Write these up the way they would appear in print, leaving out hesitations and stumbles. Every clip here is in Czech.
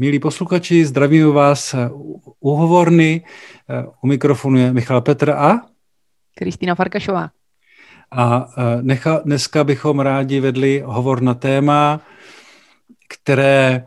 Milí posluchači, zdravím vás u Hovorny. U mikrofonu je Michal Petr a Kristýna Farkašová. A dneska bychom rádi vedli hovor na téma, které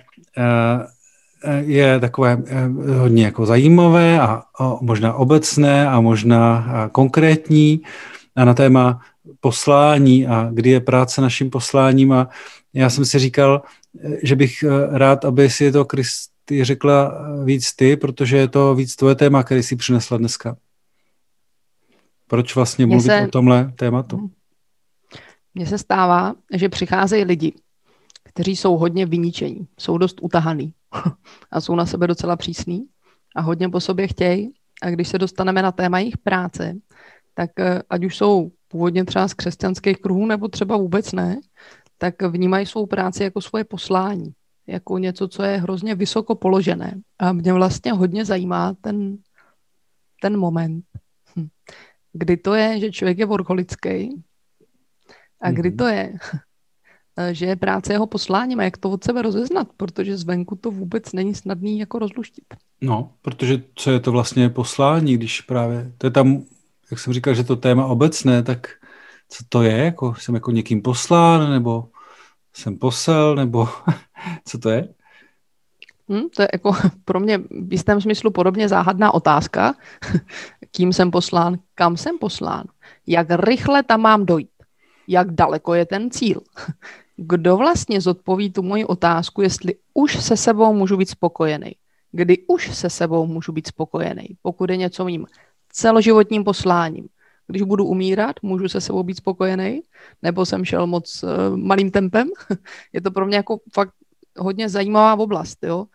je takové hodně jako zajímavé a možná obecné a možná konkrétní a na téma poslání a kdy je práce naším posláním. A já jsem si říkal, že bych rád, aby si to Kristi řekla víc ty, protože je to víc tvoje téma, který jsi přinesla dneska. Proč vlastně mluvit o tomhle tématu? Mně se stává, že přicházejí lidi, kteří jsou hodně vyničení, jsou dost utahaný a jsou na sebe docela přísný a hodně po sobě chtějí. A když se dostaneme na téma jejich práce, tak ať už jsou původně třeba z křesťanských kruhů nebo třeba vůbec ne, tak vnímají svou práci jako svoje poslání, jako něco, co je hrozně vysoko položené. A mě vlastně hodně zajímá ten moment, kdy to je, že člověk je workoholický a kdy to je, že je práce jeho posláním a jak to od sebe rozeznat, protože zvenku to vůbec není snadný jako rozluštit. No, protože co je to vlastně poslání, když právě, to je tam, jak jsem říkal, že to téma obecné, tak co to je, jako jsem jako někým poslán, nebo jsem posel, nebo co to je? To je jako pro mě v jistém smyslu podobně záhadná otázka. Kým jsem poslán, kam jsem poslán, jak rychle tam mám dojít, jak daleko je ten cíl. Kdo vlastně zodpoví tu moji otázku, jestli už se sebou můžu být spokojený. Kdy už se sebou můžu být spokojený, pokud je něco mým celoživotním posláním. Když budu umírat, můžu se sebou být spokojený, nebo jsem šel moc malým tempem. Je to pro mě jako fakt hodně zajímavá oblast. Jo?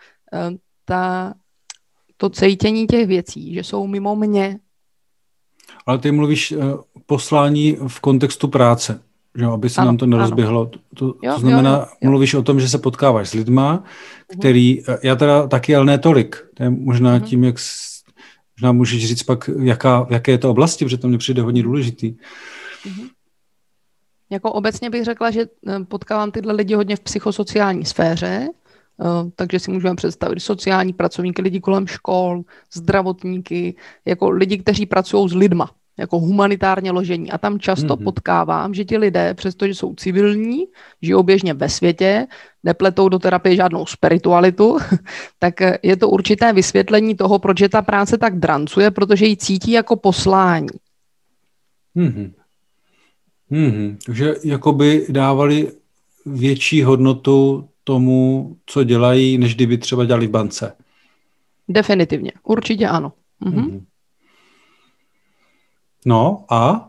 To cítění těch věcí, že jsou mimo mě. Ale ty mluvíš poslání v kontextu práce, že? Aby se nám to nerozběhlo. To znamená, mluvíš o tom, že se potkáváš s lidma, který, já teda taky, ale ne tolik. To je možná tím, jak možná můžeš říct pak, jaké je to oblasti, protože to mně přijde hodně důležitý. Jako obecně bych řekla, že potkávám tyhle lidi hodně v psychosociální sféře, takže si můžeme představit sociální pracovníky, lidi kolem škol, zdravotníky, jako lidi, kteří pracují s lidma, jako humanitárně ložení. A tam často potkávám, že ti lidé, přestože jsou civilní, žijou běžně ve světě, nepletou do terapie žádnou spiritualitu, tak je to určité vysvětlení toho, proč je ta práce tak drancuje, protože ji cítí jako poslání. Takže jakoby dávali větší hodnotu tomu, co dělají, než kdyby třeba dělali v bance. Definitivně, určitě ano. No a?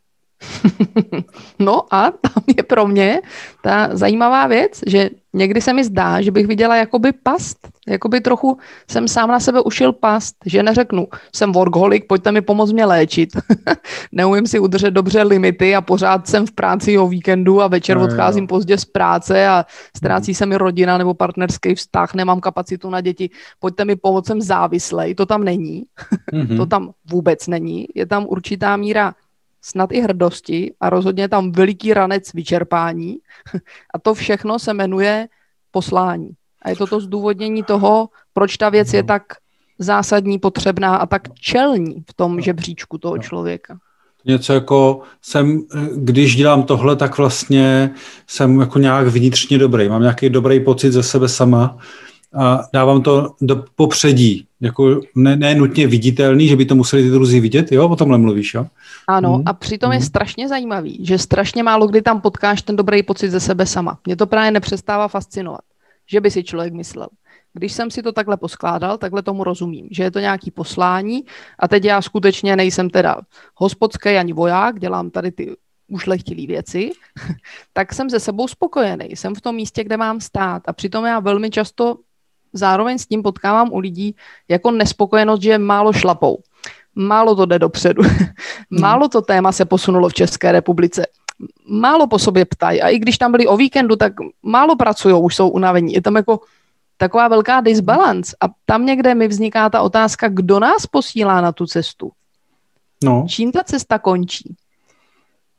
No a tam je pro mě ta zajímavá věc, že někdy se mi zdá, že bych viděla jakoby past, jakoby trochu jsem sám na sebe ušil past, že neřeknu, jsem workoholik, pojďte mi pomoct mě léčit. Neumím si udržet dobře limity a pořád jsem v práci o víkendu a večer odcházím pozdě z práce a ztrácí se mi rodina nebo partnerský vztah, nemám kapacitu na děti, pojďte mi pomoct, jsem závislej. To tam není. To tam vůbec není. Je tam určitá míra snad i hrdosti a rozhodně je tam veliký ranec vyčerpání a to všechno se jmenuje poslání. A je to zdůvodnění toho, proč ta věc je tak zásadní, potřebná a tak čelní v tom žebříčku toho člověka. Něco jako když dělám tohle, tak vlastně jsem jako nějak vnitřně dobrý. Mám nějaký dobrý pocit ze sebe sama a dávám to do popředí. Jako ne nutně viditelný, že by to museli ty druzí vidět, jo? O tomhle mluvíš, jo? Ano, a přitom je strašně zajímavý, že strašně málo kdy tam potkáš ten dobrý pocit ze sebe sama. Mě to právě nepřestává fascinovat, že by si člověk myslel. Když jsem si to takhle poskládal, takhle tomu rozumím, že je to nějaký poslání a teď já skutečně nejsem teda hospodský ani voják, dělám tady ty ušlechtilý věci, tak jsem se sebou spokojený, jsem v tom místě, kde mám stát a přitom já velmi často zároveň s tím potkávám u lidí jako nespokojenost, že málo šlapou. Málo to jde dopředu. Málo to téma se posunulo v České republice. Málo po sobě ptají. A i když tam byli o víkendu, tak málo pracujou, už jsou unavení. Je tam jako taková velká disbalance. A tam někde mi vzniká ta otázka, kdo nás posílá na tu cestu. No. Čím ta cesta končí?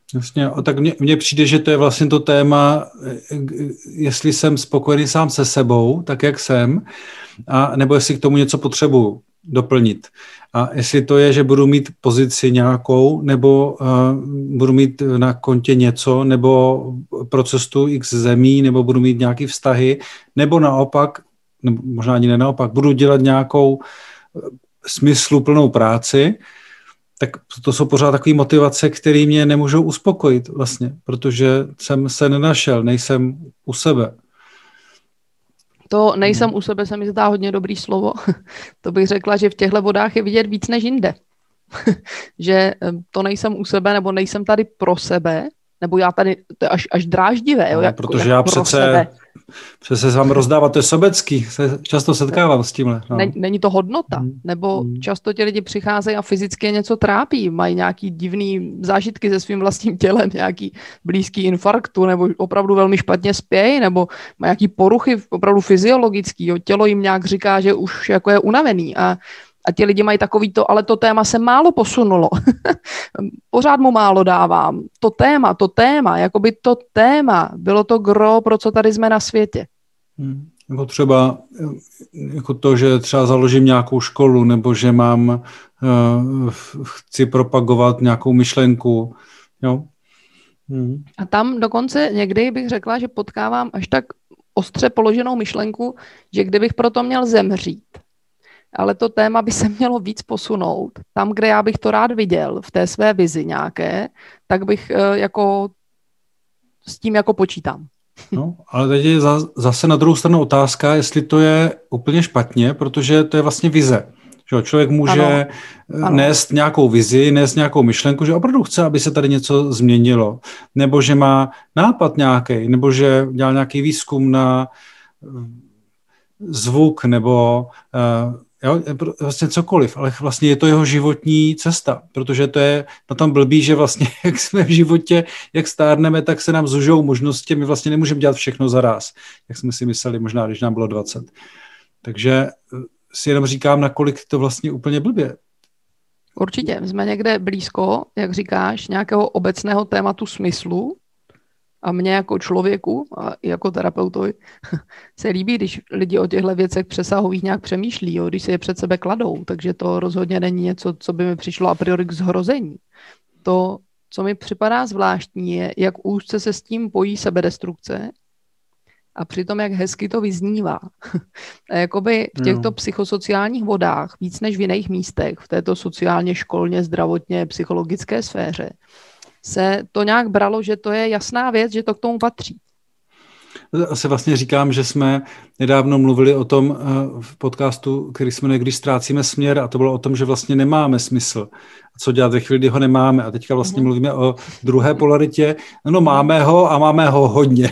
Jasně, a tak mně přijde, že to je vlastně to téma, jestli jsem spokojený sám se sebou, tak jak jsem, a nebo jestli k tomu něco potřebuji doplnit. A jestli to je, že budu mít pozici nějakou, nebo budu mít na kontě něco, nebo procesu x zemí, nebo budu mít nějaké vztahy, nebo naopak, nebo možná ani ne naopak, budu dělat nějakou smysluplnou práci, tak to jsou pořád takové motivace, které mě nemůžou uspokojit vlastně, protože jsem se nenašel, nejsem u sebe. To nejsem u sebe se mi zdá hodně dobrý slovo. To bych řekla, že v těchto vodách je vidět víc než jinde. Že to nejsem u sebe, nebo nejsem tady pro sebe, nebo já tady, to je až dráždivé. Jo, protože já přece vám rozdávat, to je sobecký, se často setkávám s tímhle. No. Není to hodnota, nebo často ti lidi přicházejí a fyzicky něco trápí, mají nějaký divný zážitky se svým vlastním tělem, nějaký blízký infarktu, nebo opravdu velmi špatně spějí, nebo mají nějaký poruchy opravdu fyziologický, jo. Tělo jim nějak říká, že už jako je unavený a ti lidi mají takový to, ale to téma se málo posunulo. Pořád mu málo dávám. To téma, bylo to gro, pro co tady jsme na světě. Jako třeba jako to, že třeba založím nějakou školu, nebo že chci propagovat nějakou myšlenku. Jo? A tam dokonce někdy bych řekla, že potkávám až tak ostře položenou myšlenku, že kdybych proto měl zemřít, ale to téma by se mělo víc posunout. Tam, kde já bych to rád viděl, v té své vizi nějaké, tak bych jako s tím jako počítám. No, ale teď je zase na druhou stranu otázka, jestli to je úplně špatně, protože to je vlastně vize. Že člověk může nést nějakou vizi, nést nějakou myšlenku, že opravdu chce, aby se tady něco změnilo. Nebo že má nápad nějaký, nebo že dělal nějaký výzkum na zvuk, nebo vlastně cokoliv, ale vlastně je to jeho životní cesta, protože to je na tom blbý, že vlastně jak jsme v životě, jak stárneme, tak se nám zužou možnosti, my vlastně nemůžeme dělat všechno za ráz, jak jsme si mysleli možná, když nám bylo 20. Takže si jenom říkám, nakolik to vlastně úplně blbě. Určitě, jsme někde blízko, jak říkáš, nějakého obecného tématu smyslu, a mně jako člověku a jako terapeutovi se líbí, když lidi o těchto věcech přesahových nějak přemýšlí, jo, když se je před sebe kladou, takže to rozhodně není něco, co by mi přišlo a priori k zhrození. To, co mi připadá zvláštní, je, jak úzce se s tím pojí sebedestrukce a přitom, jak hezky to vyznívá. A jakoby v těchto psychosociálních vodách, víc než v jiných místech, v této sociálně, školně, zdravotně, psychologické sféře, se to nějak bralo, že to je jasná věc, že to k tomu patří. Asi vlastně říkám, že jsme nedávno mluvili o tom v podcastu, který jsme jmenuje Když ztrácíme směr, a to bylo o tom, že vlastně nemáme smysl. A co dělat ve chvíli, kdy ho nemáme. A teďka vlastně mluvíme o druhé polaritě. No, máme ho a máme ho hodně.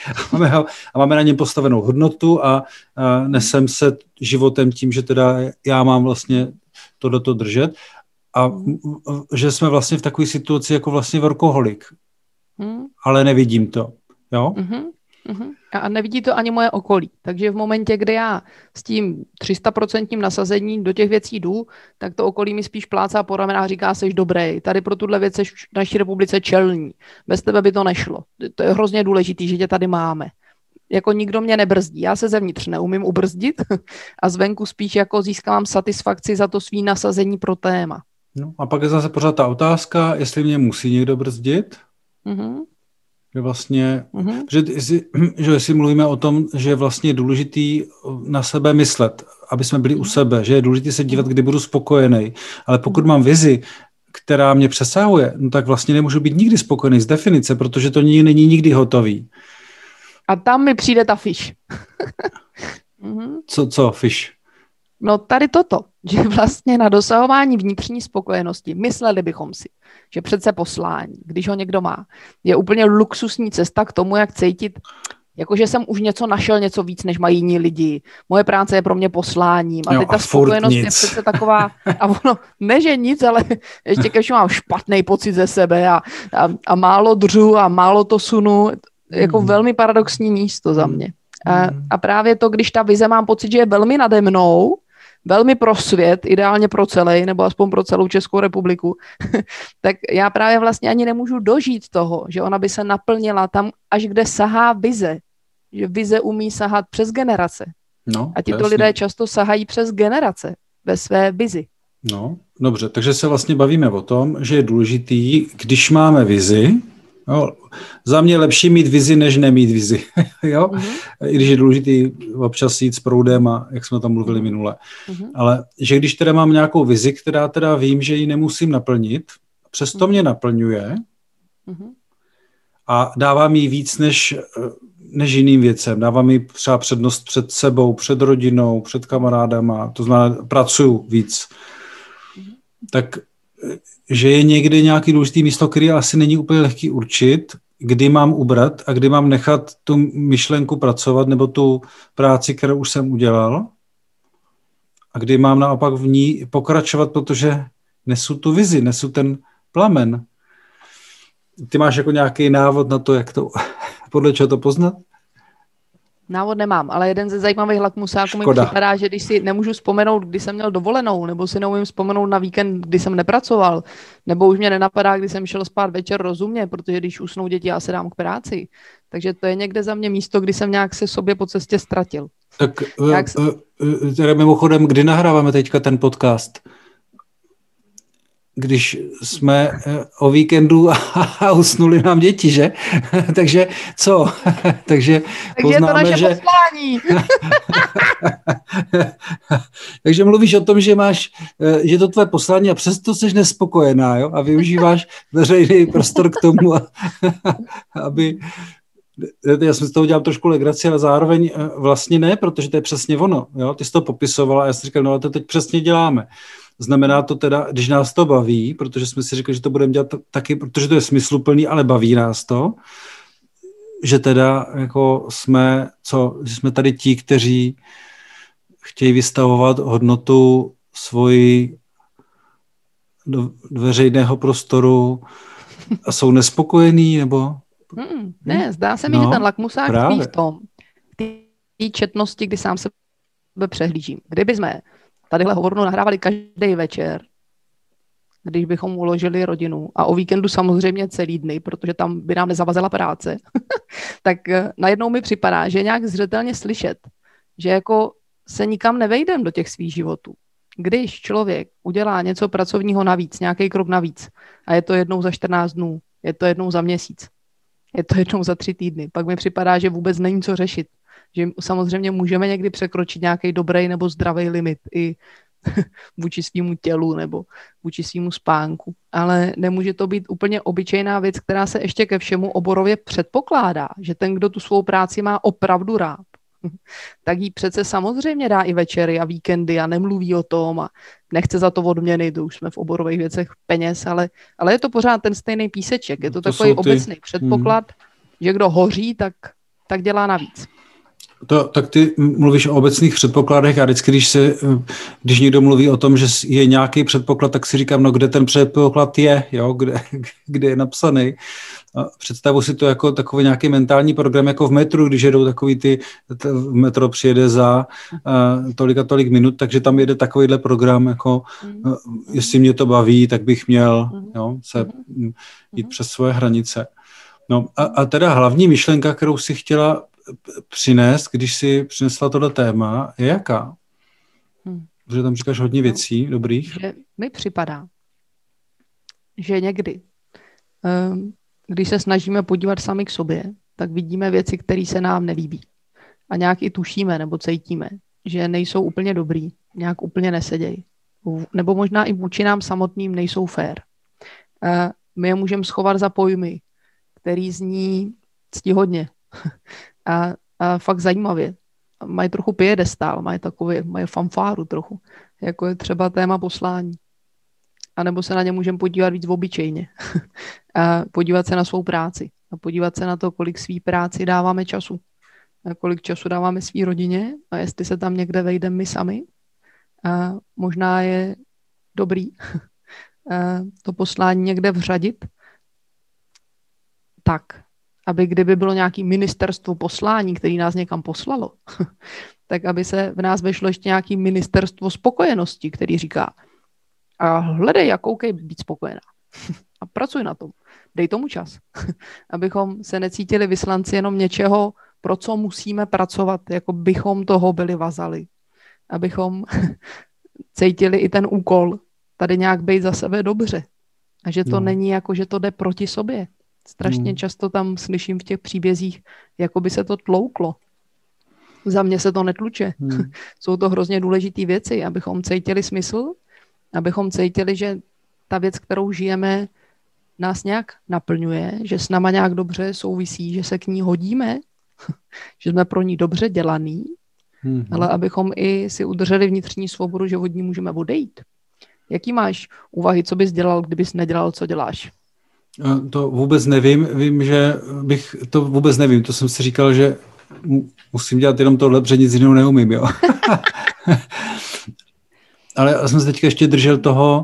a máme na něm postavenou hodnotu a nesem se životem tím, že teda já mám vlastně tohleto držet. A že jsme vlastně v takové situaci jako vlastně workoholik. Ale nevidím to. Jo? A nevidí to ani moje okolí. Takže v momentě, kdy já s tím 300% nasazení do těch věcí jdu, tak to okolí mi spíš plácá po ramenách a říká, seš dobrý, tady pro tuhle věc seš v naší republice čelní. Bez tebe by to nešlo. To je hrozně důležitý, že tě tady máme. Jako nikdo mě nebrzdí. Já se zevnitř neumím ubrzdit a zvenku spíš jako získávám satisfakci za to svý nasazení pro téma. No, a pak je zase pořád ta otázka, jestli mě musí někdo brzdit. Že vlastně, že jestli mluvíme o tom, že je vlastně důležitý na sebe myslet, aby jsme byli u sebe, že je důležité se dívat, kdy budu spokojený. Ale pokud mám vizi, která mě přesahuje, no tak vlastně nemůžu být nikdy spokojený z definice, protože to není nikdy hotový. A tam mi přijde ta fiš. Co fiš? No tady toto, že vlastně na dosahování vnitřní spokojenosti mysleli bychom si, že přece poslání, když ho někdo má, je úplně luxusní cesta k tomu, jak cítit, jakože jsem už něco našel, něco víc, než mají jiní lidi. Moje práce je pro mě posláním. A teď ta spokojenost je přece taková, a ono, ne, že nic, ale ještě když mám špatný pocit ze sebe a málo držu a málo to sunu, jako velmi paradoxní místo za mě. A právě to, když ta vize mám pocit, že je velmi nade mnou, velmi pro svět, ideálně pro celý, nebo aspoň pro celou Českou republiku, tak já právě vlastně ani nemůžu dožít toho, že ona by se naplnila tam, až kde sahá vize. Že vize umí sahat přes generace. No, a tito lidé často sahají přes generace ve své vizi. No, dobře, takže se vlastně bavíme o tom, že je důležitý, když máme vizi, jo, za mě lepší mít vizi, než nemít vizi, jo? I když je důležitý občas jít s proudem a jak jsme tam mluvili minule. Ale že když teda mám nějakou vizi, která teda vím, že ji nemusím naplnit, přesto mě naplňuje a dává mi víc než jiným věcem. Dává mi třeba přednost před sebou, před rodinou, před kamarádama, to znamená, pracuju víc. Tak, že je někde nějaký důležitý místo, který asi není úplně lehký určit, kdy mám ubrat a kdy mám nechat tu myšlenku pracovat nebo tu práci, kterou už jsem udělal a kdy mám naopak v ní pokračovat, protože nesu tu vizi, nesu ten plamen. Ty máš jako nějaký návod na to, jak to, podle čeho to poznat? Návod nemám, ale jeden ze zajímavých lakmusáků mi připadá, že když si nemůžu vzpomenout, kdy jsem měl dovolenou, nebo si neumím vzpomenout na víkend, kdy jsem nepracoval, nebo už mě nenapadá, kdy jsem šel spát večer rozumně, protože když usnou děti, já se dám k práci. Takže to je někde za mě místo, kdy jsem nějak se sobě po cestě ztratil. Tak teda mimochodem, kdy nahráváme teďka ten podcast? Když jsme o víkendu a usnuli nám děti, že? Takže co? Takže poznáme, je to naše poslání. Takže mluvíš o tom, že že to tvoje poslání a přesto jsi nespokojená, jo? A využíváš veřejný prostor k tomu, aby... Já jsem z toho dělal trošku legraci, ale zároveň vlastně ne, protože to je přesně ono. Jo? Ty jsi to popisovala a já jsem říkal, no ale to teď přesně děláme. Znamená to teda, když nás to baví, protože jsme si řekli, že to budeme dělat taky, protože to je smysluplný, ale baví nás to, že teda jako že jsme tady ti, kteří chtějí vystavovat hodnotu svoji do veřejného prostoru a jsou nespokojení, nebo... Ne, zdá se mi, že ten lakmusák tkví v tom, té četnosti, kdy sám sebe přehlížím. Kdyby jsme tadyhle hovornu nahrávali každý večer, když bychom uložili rodinu a o víkendu samozřejmě celý dny, protože tam by nám nezavazila práce, tak najednou mi připadá, že je nějak zřetelně slyšet, že jako se nikam nevejdem do těch svých životů. Když člověk udělá něco pracovního navíc, nějaký krok navíc a je to jednou za 14 dnů, je to jednou za měsíc, je to jednou za 3 týdny, pak mi připadá, že vůbec není co řešit. Že samozřejmě můžeme někdy překročit nějaký dobrý nebo zdravý limit i vůči svýmu tělu nebo vůči svýmu spánku, ale nemůže to být úplně obyčejná věc, která se ještě ke všemu oborově předpokládá, že ten, kdo tu svou práci má opravdu rád, tak jí přece samozřejmě dá i večery a víkendy a nemluví o tom a nechce za to odměny, to už jsme v oborových věcech peněz, ale je to pořád ten stejný píseček, je to takový obecný předpoklad, že kdo hoří, tak dělá navíc. Tak ty mluvíš o obecných předpokladech a vždycky, když někdo mluví o tom, že je nějaký předpoklad, tak si říkám, no kde ten předpoklad je, jo? Kde je napsaný. A představu si to jako takový nějaký mentální program, jako v metru, když jedou takový metro přijede za tolik a tolik minut, takže tam jede takovýhle program, jako jestli mě to baví, tak bych měl se jít přes svoje hranice. No a teda hlavní myšlenka, kterou si chtěla přinést, když si přinesla tohle téma, je jaká? Protože tam říkáš hodně věcí dobrých. Že mi připadá, že někdy, když se snažíme podívat sami k sobě, tak vidíme věci, které se nám nelíbí. A nějak i tušíme nebo cítíme, že nejsou úplně dobrý, nějak úplně nesedějí. Nebo možná i vůči nám samotným nejsou fér. My je můžeme schovat za pojmy, který zní ctihodně. A fakt zajímavě. Mají trochu piedestál, mají fanfáru trochu, jako je třeba téma poslání. A nebo se na ně můžeme podívat víc obyčejně. A podívat se na svou práci. A podívat se na to, kolik svý práci dáváme času. A kolik času dáváme svý rodině. A jestli se tam někde vejdeme my sami. A možná je dobrý to poslání někde vřadit tak, aby kdyby bylo nějaké ministerstvo poslání, který nás někam poslalo, tak aby se v nás vešlo ještě nějaké ministerstvo spokojenosti, který říká a hledej a koukej být spokojená a pracuj na tom. Dej tomu čas, abychom se necítili vyslanci jenom něčeho, pro co musíme pracovat, jako bychom toho byli vazali. Abychom cítili i ten úkol tady nějak být za sebe dobře. A že to není jako, že to jde proti sobě. Strašně často tam slyším v těch příbězích, jako by se to tlouklo. Za mě se to netluče. Jsou to hrozně důležité věci, abychom cítili smysl, abychom cítili, že ta věc, kterou žijeme, nás nějak naplňuje, že s náma nějak dobře souvisí, že se k ní hodíme, že jsme pro ní dobře dělaný, ale abychom i si udrželi vnitřní svobodu, že od ní můžeme odejít. Jaký máš úvahy, co bys dělal, kdybys nedělal, co děláš? To vůbec nevím. To vůbec nevím. To jsem si říkal, že musím dělat jenom tohle, protože nic jiného neumím, jo. Ale já jsem se teďka ještě držel toho,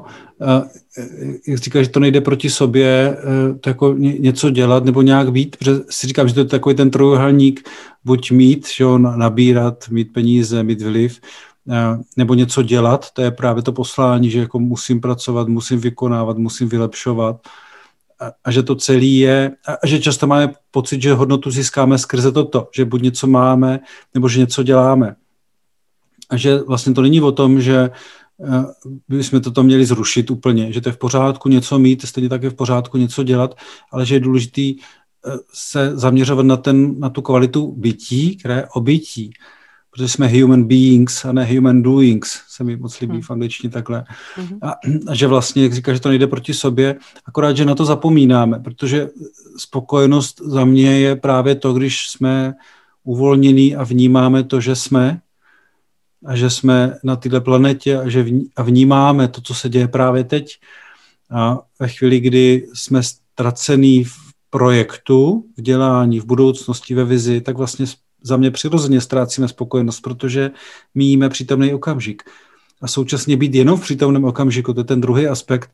jak říkal, že to nejde proti sobě, to jako něco dělat nebo nějak být, protože si říkám, že to je takový ten trojuhelník, buď mít, že jo, nabírat, mít peníze, mít vliv, nebo něco dělat, to je právě to poslání, že jako musím pracovat, musím vykonávat, musím vylepšovat a že to celý je, a že často máme pocit, že hodnotu získáme skrze toto, že buď něco máme, nebo že něco děláme. A že vlastně to není o tom, že bychom toto měli zrušit úplně, že to je v pořádku něco mít, stejně tak je v pořádku něco dělat, ale že je důležitý se zaměřovat na tu kvalitu bytí, které je o bytí. Protože jsme human beings a ne human doings, se mi moc líbí v angličtině takhle. A že vlastně, jak říkáš, že to nejde proti sobě, akorát, že na to zapomínáme, protože spokojenost za mě je právě to, když jsme uvolnění a vnímáme to, že jsme a že jsme na této planetě a vnímáme to, co se děje právě teď. A ve chvíli, kdy jsme ztracení v projektu, v dělání, v budoucnosti, ve vizi, tak vlastně za mě přirozeně ztrácíme spokojenost, protože míjíme přítomný okamžik. A současně být jenom v přítomném okamžiku, to je ten druhý aspekt,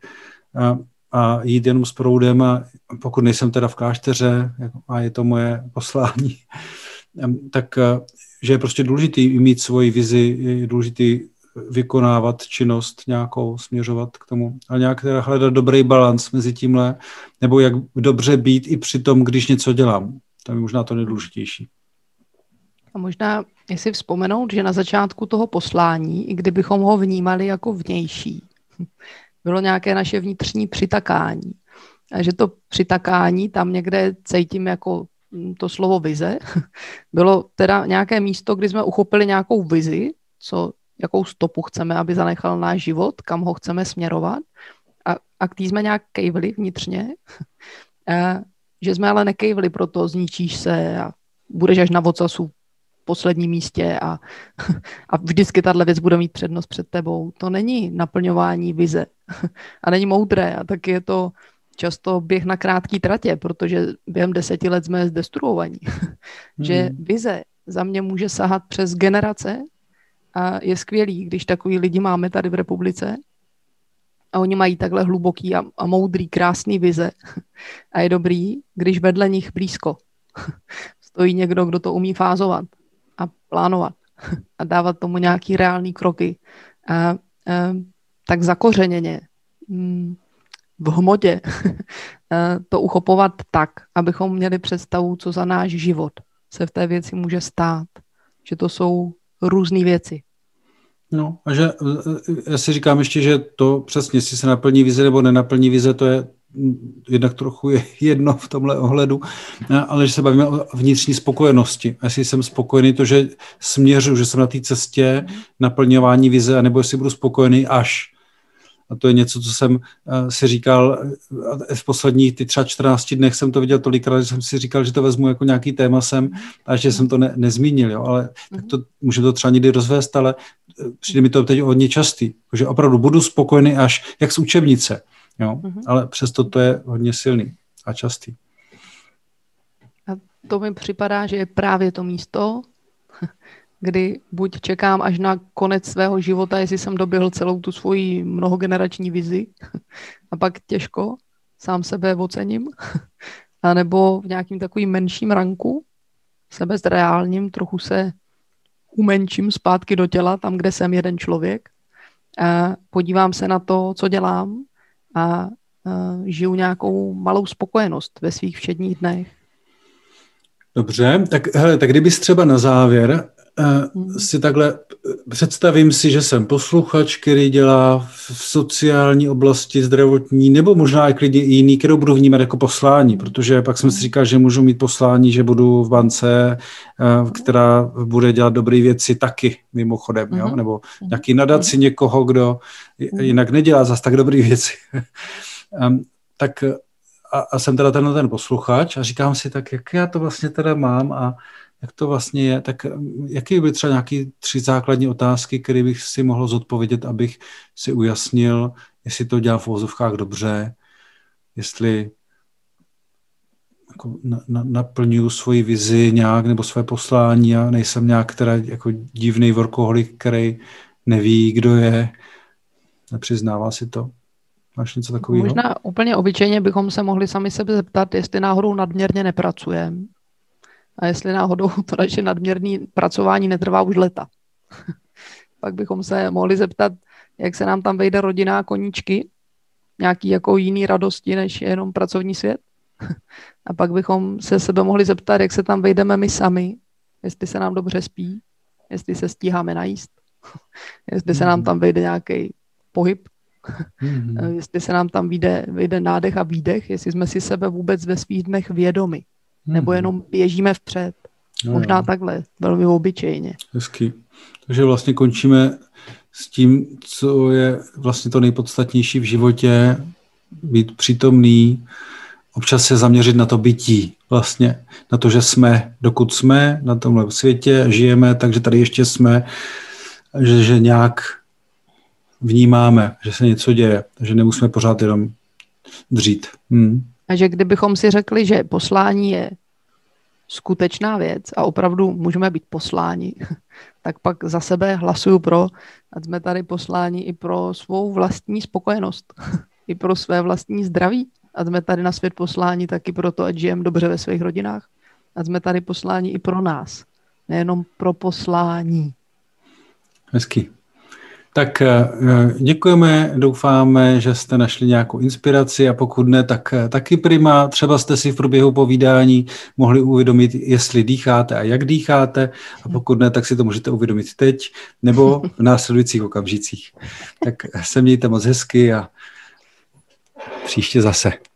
a jít jenom s proudem, a pokud nejsem teda v klášteře, a je to moje poslání, tak že je prostě důležitý mít svoji vizi, je důležitý vykonávat činnost nějakou, směřovat k tomu, ale nějak teda hledat dobrý balans mezi tímhle, nebo jak dobře být i při tom, když něco dělám. To je možná to nejdůležitější. A možná, jestli vzpomenout, že na začátku toho poslání, i kdybychom ho vnímali jako vnější, bylo nějaké naše vnitřní přitakání. A že to přitakání, tam někde cítím jako to slovo vize, bylo teda nějaké místo, kdy jsme uchopili nějakou vizi, jakou stopu chceme, aby zanechal náš život, kam ho chceme směrovat, a k tý jsme nějak kejvli vnitřně, že jsme ale nekejvli, proto zničíš se a budeš až na ocasu posledním místě a vždycky tahle věc bude mít přednost před tebou. To není naplňování vize a není moudré, a taky je to často běh na krátký tratě, protože během 10 let jsme zdestruovaní. Že vize za mě může sahat přes generace a je skvělý, když takový lidi máme tady v republice a oni mají takhle hluboký a moudrý, krásný vize. A je dobrý, když vedle nich blízko stojí někdo, kdo to umí fázovat a plánovat a dávat tomu nějaký reální kroky. A tak zakořeněně v hmotě to uchopovat tak, abychom měli představu, co za náš život se v té věci může stát. Že to jsou různé věci. No a že já si říkám ještě, že to přesně, jestli se naplní vize nebo nenaplní vize, to je jednak trochu jedno v tomhle ohledu, ale že se bavíme o vnitřní spokojenosti. A jestli jsem spokojený, to, že směřuji, že jsem na té cestě naplňování vize, anebo jestli budu spokojený až. A to je něco, co jsem si říkal v posledních třeba 14 dnech jsem to viděl tolikrát, že jsem si říkal, že to vezmu jako nějaký téma sem a že jsem to nezmínil, jo, ale tak to můžeme to třeba někdy rozvést, ale přijde mi to teď hodně častý, že opravdu budu spokojený až jak z učebnice, jo, ale přesto to je hodně silný a častý. A to mi připadá, že je právě to místo, kdy buď čekám až na konec svého života, jestli jsem doběhl celou tu svoji mnohogenerační vizi, a pak těžko sám sebe ocením, anebo v nějakým takovým menším ranku, sebezreálním, trochu se umenším zpátky do těla, tam, kde jsem jeden člověk. A podívám se na to, co dělám a žiju nějakou malou spokojenost ve svých všedních dnech. Dobře, tak hele, tak kdybys třeba na závěr si takhle představím si, že jsem posluchač, který dělá v sociální oblasti, zdravotní, nebo možná i klidně i jiný, kterou budu vnímat jako poslání, protože pak jsem si říkal, že můžu mít poslání, že budu v bance, která bude dělat dobré věci taky mimochodem, jo? Nebo nějaký nadaci někoho, kdo jinak nedělá zas tak dobré věci. Tak a jsem teda ten posluchač a říkám si, tak jak já to vlastně teda mám a jak to vlastně je, tak jaký by třeba nějaké 3 základní otázky, které bych si mohl zodpovědět, abych si ujasnil, jestli to dělám v uvozovkách dobře, jestli jako naplňuju svoji vizi nějak nebo své poslání a nejsem nějak teda jako divný workoholik, který neví, kdo je, nepřiznává si to. Máš něco takového? Možná úplně obyčejně bychom se mohli sami sebe zeptat, jestli náhodou nadměrně nepracujeme a jestli náhodou to naše nadměrné pracování netrvá už leta. Pak bychom se mohli zeptat, jak se nám tam vejde rodina a koníčky, nějaký jako jiný radosti, než jenom pracovní svět. A pak bychom se sebe mohli zeptat, jak se tam vejdeme my sami, jestli se nám dobře spí, jestli se stíháme najíst, jestli se nám tam vejde nějaký pohyb, jestli se nám tam vyjde nádech a výdech, jestli jsme si sebe vůbec ve svých dnech vědomi, nebo jenom běžíme vpřed. Možná takhle, velmi obyčejně. Hezky. Takže vlastně končíme s tím, co je vlastně to nejpodstatnější v životě, být přítomný, občas se zaměřit na to bytí, vlastně na to, že jsme, dokud jsme na tomhle světě, žijeme, takže tady ještě jsme, že nějak vnímáme, že se něco děje, že nemusíme pořád jenom dřít. A že kdybychom si řekli, že poslání je skutečná věc a opravdu můžeme být posláni, tak pak za sebe hlasuju pro, ať jsme tady posláni i pro svou vlastní spokojenost, i pro své vlastní zdraví, ať jsme tady na svět posláni taky proto, ať žijeme dobře ve svých rodinách, ať jsme tady posláni i pro nás, nejenom pro poslání. Hezky. Tak děkujeme, doufáme, že jste našli nějakou inspiraci a pokud ne, tak taky prima. Třeba jste si v průběhu povídání mohli uvědomit, jestli dýcháte a jak dýcháte a pokud ne, tak si to můžete uvědomit teď nebo v následujících okamžicích. Tak se mějte moc hezky a příště zase.